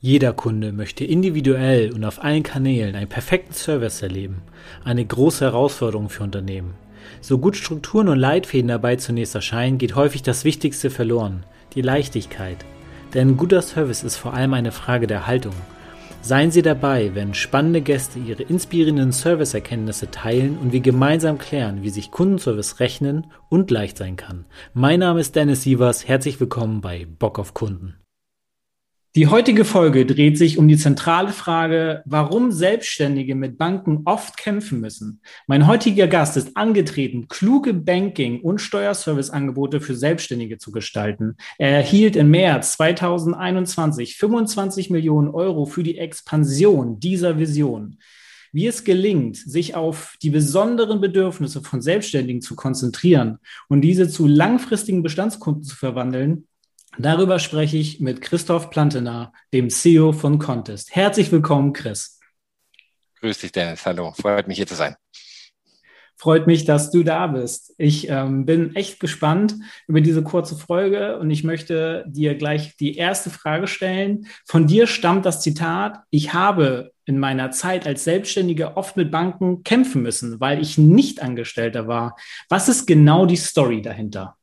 Jeder Kunde möchte individuell und auf allen Kanälen einen perfekten Service erleben. Eine große Herausforderung für Unternehmen. So gut Strukturen und Leitfäden dabei zunächst erscheinen, geht häufig das Wichtigste verloren, die Leichtigkeit. Denn guter Service ist vor allem eine Frage der Haltung. Seien Sie dabei, wenn spannende Gäste ihre inspirierenden Serviceerkenntnisse teilen und wir gemeinsam klären, wie sich Kundenservice rechnen und leicht sein kann. Mein Name ist Dennis Sievers, herzlich willkommen bei Bock auf Kunden. Die heutige Folge dreht sich um die zentrale Frage, warum Selbstständige mit Banken oft kämpfen müssen. Mein heutiger Gast ist angetreten, kluge Banking- und Steuerserviceangebote für Selbstständige zu gestalten. Er erhielt im März 2021 25 Millionen Euro für die Expansion dieser Vision. Wie es gelingt, sich auf die besonderen Bedürfnisse von Selbstständigen zu konzentrieren und diese zu langfristigen Bestandskunden zu verwandeln, darüber spreche ich mit Christoph Plantener, dem CEO von Contest. Herzlich willkommen, Chris. Grüß dich, Dennis. Hallo, freut mich, hier zu sein. Freut mich, dass du da bist. Ich bin echt gespannt über diese kurze Folge und ich möchte dir gleich die erste Frage stellen. Von dir stammt das Zitat: Ich habe in meiner Zeit als Selbstständiger oft mit Banken kämpfen müssen, weil ich nicht Angestellter war. Was ist genau die Story dahinter?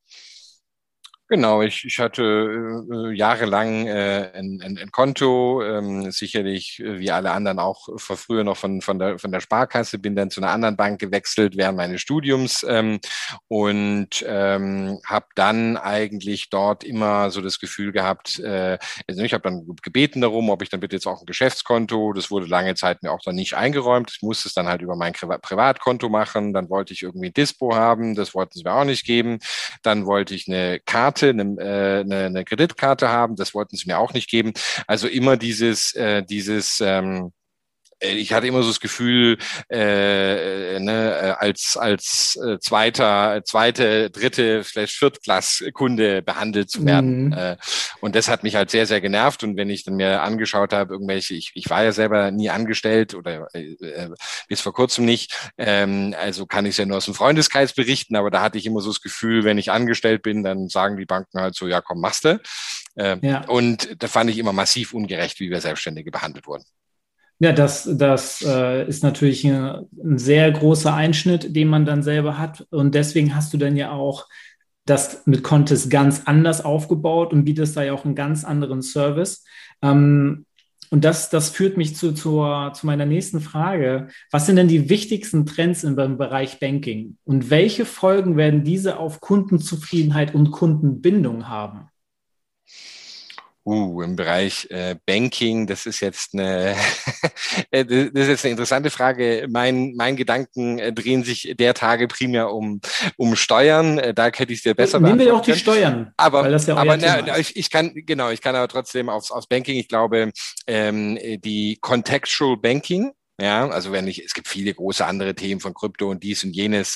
Genau, ich hatte jahrelang ein Konto, sicherlich wie alle anderen auch von früher noch von der Sparkasse, bin dann zu einer anderen Bank gewechselt während meines Studiums und habe dann eigentlich dort immer so das Gefühl gehabt, also ich habe dann gebeten darum, ob ich dann bitte jetzt auch ein Geschäftskonto, das wurde lange Zeit mir auch dann nicht eingeräumt, ich musste es dann halt über mein Privatkonto machen, dann wollte ich irgendwie ein Dispo haben, das wollten sie mir auch nicht geben, dann wollte ich eine Karte, eine Kreditkarte haben, das wollten sie mir auch nicht geben. Also immer ich hatte immer so das Gefühl, zweite, dritte, vielleicht Viertklasskunde behandelt zu werden. Mhm. Und das hat mich halt sehr, sehr genervt. Und wenn ich dann mir angeschaut habe, ich war ja selber nie angestellt oder bis vor kurzem nicht, also kann ich es ja nur aus dem Freundeskreis berichten, aber da hatte ich immer so das Gefühl, wenn ich angestellt bin, dann sagen die Banken halt so, ja komm, machst du. Ja. Und da fand ich immer massiv ungerecht, wie wir Selbstständige behandelt wurden. Ja, das ist natürlich ein sehr großer Einschnitt, den man dann selber hat. Und deswegen hast du dann ja auch das mit Contest ganz anders aufgebaut und bietest da ja auch einen ganz anderen Service. Und das führt mich zu meiner nächsten Frage. Was sind denn die wichtigsten Trends im Bereich Banking? Und welche Folgen werden diese auf Kundenzufriedenheit und Kundenbindung haben? Im Bereich Banking, das ist jetzt eine, das ist jetzt eine interessante Frage. Mein Gedanken drehen sich der Tage primär um Steuern. Da hätte ich es dir besser Nehmen wir ja auch beantworten die können. Steuern, weil das ja euer Thema ist. Ich kann aber trotzdem aufs Banking. Ich glaube, die Contextual Banking, ja, also es gibt viele große andere Themen von Krypto und dies und jenes,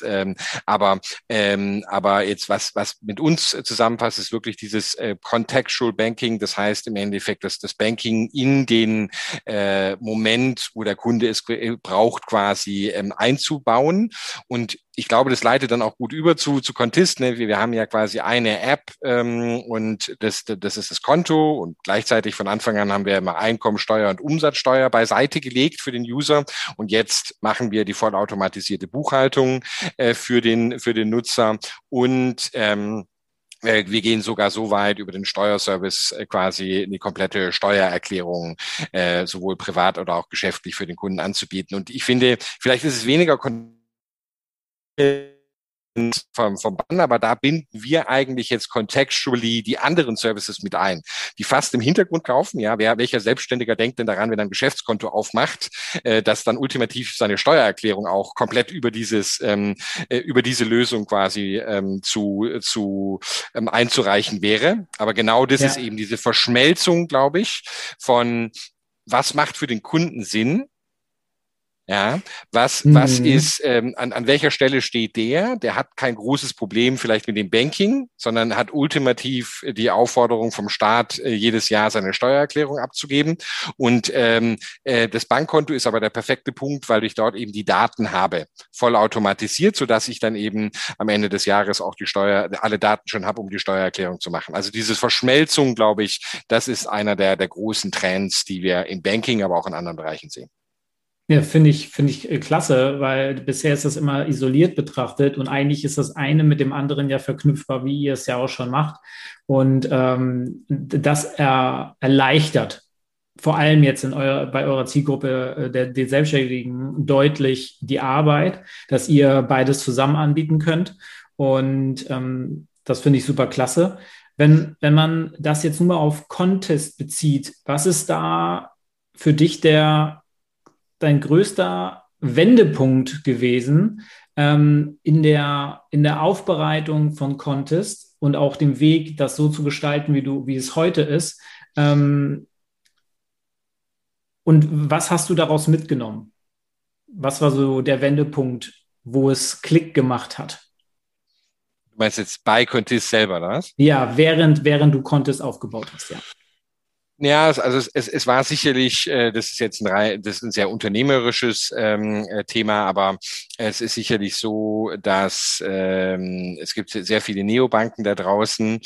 aber jetzt was mit uns zusammenpasst, ist wirklich dieses Contextual Banking. Das heißt im Endeffekt, dass das Banking in den Moment, wo der Kunde es braucht, quasi einzubauen. Und ich glaube, das leitet dann auch gut über zu Contist. Ne? Wir haben ja quasi eine App und das ist das Konto und gleichzeitig von Anfang an haben wir immer Einkommensteuer und Umsatzsteuer beiseite gelegt für den User und jetzt machen wir die vollautomatisierte Buchhaltung für den Nutzer und wir gehen sogar so weit, über den Steuerservice quasi die komplette Steuererklärung sowohl privat oder auch geschäftlich für den Kunden anzubieten. Und ich finde, vielleicht ist es weniger vom Bann, aber da binden wir eigentlich jetzt contextually die anderen Services mit ein, die fast im Hintergrund laufen. Ja, welcher Selbstständiger denkt denn daran, wenn er ein Geschäftskonto aufmacht, dass dann ultimativ seine Steuererklärung auch komplett über über diese Lösung quasi einzureichen wäre. Aber genau das ist Ja. eben diese Verschmelzung, glaube ich, von was macht für den Kunden Sinn Ja, was ist, an welcher Stelle steht der? Der hat kein großes Problem vielleicht mit dem Banking, sondern hat ultimativ die Aufforderung vom Staat, jedes Jahr seine Steuererklärung abzugeben. Und das Bankkonto ist aber der perfekte Punkt, weil ich dort eben die Daten habe, vollautomatisiert, sodass ich dann eben am Ende des Jahres auch alle Daten schon habe, um die Steuererklärung zu machen. Also diese Verschmelzung, glaube ich, das ist einer der großen Trends, die wir im Banking, aber auch in anderen Bereichen sehen. Ja, finde ich klasse, weil bisher ist das immer isoliert betrachtet und eigentlich ist das eine mit dem anderen ja verknüpfbar, wie ihr es ja auch schon macht. Und das erleichtert vor allem jetzt bei eurer Zielgruppe der Selbstständigen deutlich die Arbeit, dass ihr beides zusammen anbieten könnt. Und das finde ich super klasse. Wenn man das jetzt nur mal auf Contest bezieht, was ist da für dich dein größter Wendepunkt gewesen in der Aufbereitung von Contest und auch dem Weg, das so zu gestalten, wie es heute ist? Und was hast du daraus mitgenommen? Was war so der Wendepunkt, wo es Klick gemacht hat? Du meinst jetzt bei Contest selber, oder was? Ja, während du Contest aufgebaut hast, ja. Ja, also es war sicherlich, das ist ein sehr unternehmerisches Thema, aber es ist sicherlich so, dass es gibt sehr viele Neobanken da draußen.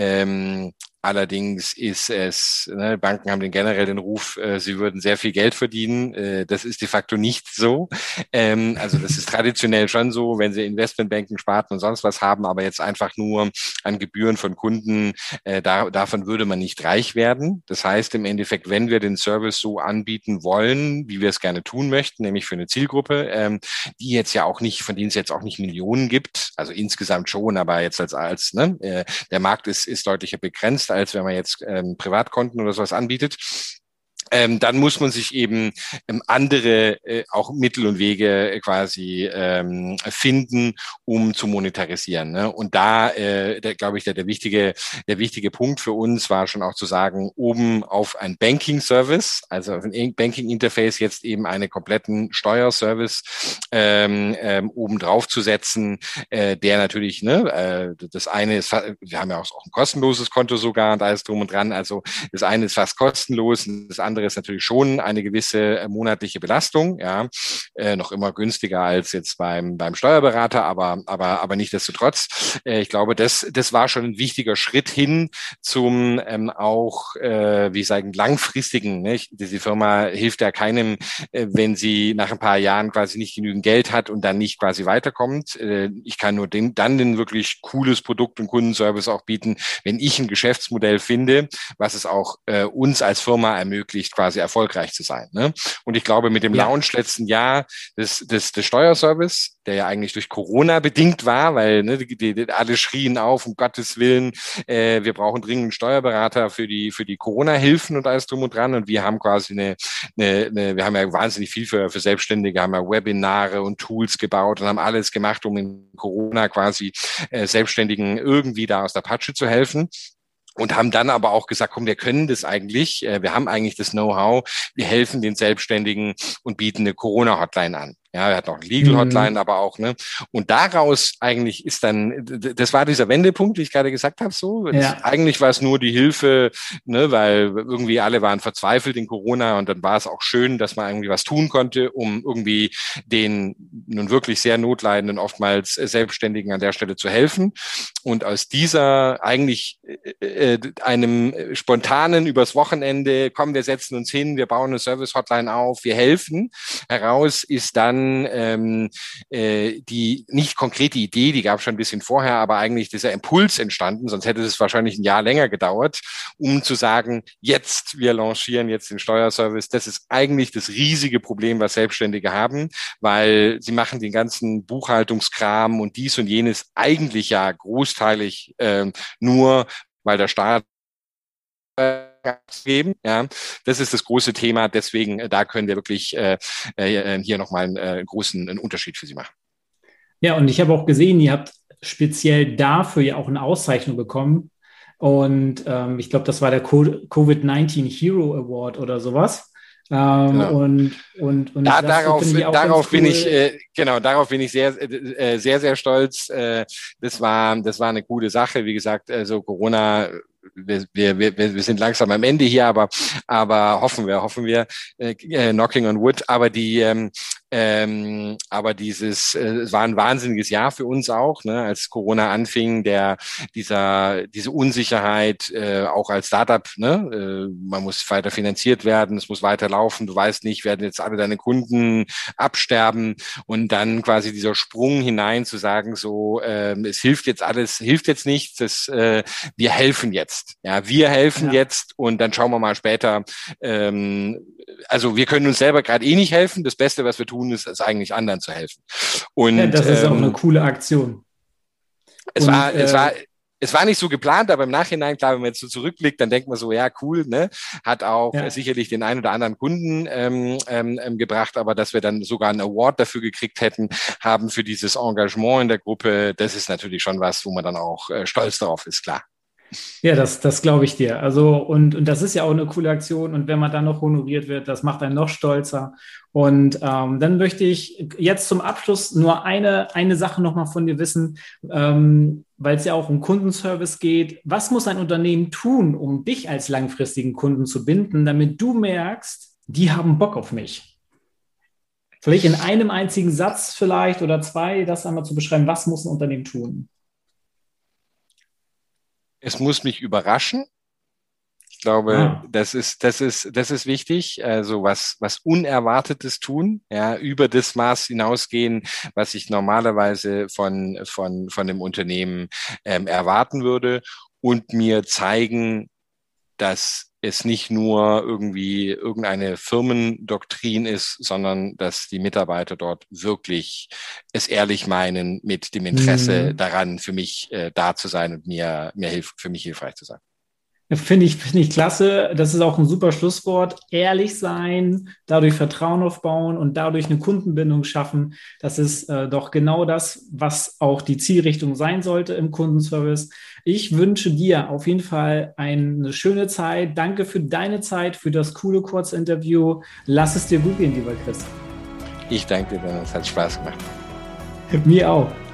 Allerdings ist Banken haben generell den Ruf, sie würden sehr viel Geld verdienen. Das ist de facto nicht so. Also das ist traditionell schon so, wenn sie Investmentbanken, Sparten und sonst was haben, aber jetzt einfach nur an Gebühren von Kunden, davon würde man nicht reich werden. Das heißt im Endeffekt, wenn wir den Service so anbieten wollen, wie wir es gerne tun möchten, nämlich für eine Zielgruppe, die jetzt ja auch nicht, von denen es jetzt auch nicht Millionen gibt, also insgesamt schon, aber jetzt der Markt ist deutlicher begrenzt, als wenn man jetzt Privatkonten oder sowas anbietet. Dann muss man sich eben andere auch Mittel und Wege quasi finden, um zu monetarisieren. Ne? Und glaube ich, der wichtige Punkt für uns war schon auch zu sagen, oben auf ein Banking-Service, also auf ein Banking-Interface jetzt eben einen kompletten Steuerservice oben drauf zu setzen, der natürlich, das eine ist, wir haben ja auch ein kostenloses Konto sogar und alles drum und dran, also das eine ist fast kostenlos und das andere ist natürlich schon eine gewisse monatliche Belastung, ja, noch immer günstiger als jetzt beim Steuerberater, aber nichtsdestotrotz, ich glaube, das war schon ein wichtiger Schritt hin zum auch, wie sagen, langfristigen. Ne? Diese Firma hilft ja keinem, wenn sie nach ein paar Jahren quasi nicht genügend Geld hat und dann nicht quasi weiterkommt. Ich kann nur dann den wirklich cooles Produkt und Kundenservice auch bieten, wenn ich ein Geschäftsmodell finde, was es auch uns als Firma ermöglicht, quasi erfolgreich zu sein. Ne? Und ich glaube, mit dem Launch letzten Jahr des Steuerservice, der ja eigentlich durch Corona bedingt war, weil alle schrien auf, um Gottes Willen, wir brauchen dringend einen Steuerberater für die Corona-Hilfen und alles drum und dran. Und wir haben quasi wir haben ja wahnsinnig viel für Selbstständige, haben ja Webinare und Tools gebaut und haben alles gemacht, um in Corona quasi Selbstständigen irgendwie da aus der Patsche zu helfen. Und haben dann aber auch gesagt, komm, wir können das eigentlich, wir haben eigentlich das Know-how, wir helfen den Selbstständigen und bieten eine Corona-Hotline an. Ja, er hat noch eine Legal-Hotline, aber auch, ne? Und daraus eigentlich ist dann, das war dieser Wendepunkt, wie ich gerade gesagt habe, so. Ja. Eigentlich war es nur die Hilfe, ne, weil irgendwie alle waren verzweifelt in Corona und dann war es auch schön, dass man irgendwie was tun konnte, um irgendwie den nun wirklich sehr notleidenden, oftmals Selbstständigen an der Stelle zu helfen. Und aus dieser eigentlich einem spontanen übers Wochenende, komm, wir setzen uns hin, wir bauen eine Service-Hotline auf, wir helfen, heraus ist dann die nicht konkrete Idee, die gab es schon ein bisschen vorher, aber eigentlich dieser Impuls entstanden, sonst hätte es wahrscheinlich ein Jahr länger gedauert, um zu sagen, wir launchieren jetzt den Steuerservice. Das ist eigentlich das riesige Problem, was Selbstständige haben, weil sie machen den ganzen Buchhaltungskram und dies und jenes eigentlich ja großteilig nur, weil der Staat geben. Ja, das ist das große Thema. Deswegen, da können wir wirklich hier nochmal einen großen Unterschied für Sie machen. Ja, und ich habe auch gesehen, ihr habt speziell dafür ja auch eine Auszeichnung bekommen. Und ich glaube, das war der Covid-19 Hero Award oder sowas. Genau. Darauf bin ich, cool. darauf bin ich sehr stolz. Das war eine coole Sache. Wie gesagt, also Corona, wir sind langsam am Ende hier, aber hoffen wir, knocking on wood. Aber es war ein wahnsinniges Jahr für uns auch, ne, als Corona anfing, diese Unsicherheit, auch als Startup, ne, man muss weiter finanziert werden, es muss weiter laufen, du weißt nicht, werden jetzt alle deine Kunden absterben, und dann quasi dieser Sprung hinein zu sagen, so, es hilft jetzt nichts, wir helfen jetzt. Ja, wir helfen jetzt, und dann schauen wir mal später. Also wir können uns selber gerade nicht helfen. Das Beste, was wir tun, ist eigentlich anderen zu helfen. Und das ist auch eine coole Aktion. Es war nicht so geplant, aber im Nachhinein, klar, wenn man jetzt so zurückblickt, dann denkt man so, ja, cool, ne? Hat auch sicherlich den einen oder anderen Kunden gebracht, aber dass wir dann sogar einen Award dafür gekriegt haben für dieses Engagement in der Gruppe, das ist natürlich schon was, wo man dann auch stolz darauf ist, klar. Ja, das glaube ich dir. Also, und das ist ja auch eine coole Aktion. Und wenn man dann noch honoriert wird, das macht einen noch stolzer. Und dann möchte ich jetzt zum Abschluss nur eine Sache nochmal von dir wissen, weil es ja auch um Kundenservice geht. Was muss ein Unternehmen tun, um dich als langfristigen Kunden zu binden, damit du merkst, die haben Bock auf mich? Vielleicht in einem einzigen Satz vielleicht oder zwei, das einmal zu beschreiben, was muss ein Unternehmen tun? Es muss mich überraschen. Ich glaube, das ist wichtig. Also was Unerwartetes tun, ja, über das Maß hinausgehen, was ich normalerweise von dem Unternehmen erwarten würde, und mir zeigen, dass es nicht nur irgendwie irgendeine Firmendoktrin ist, sondern dass die Mitarbeiter dort wirklich es ehrlich meinen mit dem Interesse daran, für mich da zu sein und für mich hilfreich zu sein. Finde ich klasse. Das ist auch ein super Schlusswort. Ehrlich sein, dadurch Vertrauen aufbauen und dadurch eine Kundenbindung schaffen. Das ist doch genau das, was auch die Zielrichtung sein sollte im Kundenservice. Ich wünsche dir auf jeden Fall eine schöne Zeit. Danke für deine Zeit, für das coole Kurzinterview. Lass es dir gut gehen, lieber Chris. Ich danke dir, es hat Spaß gemacht. Mir auch.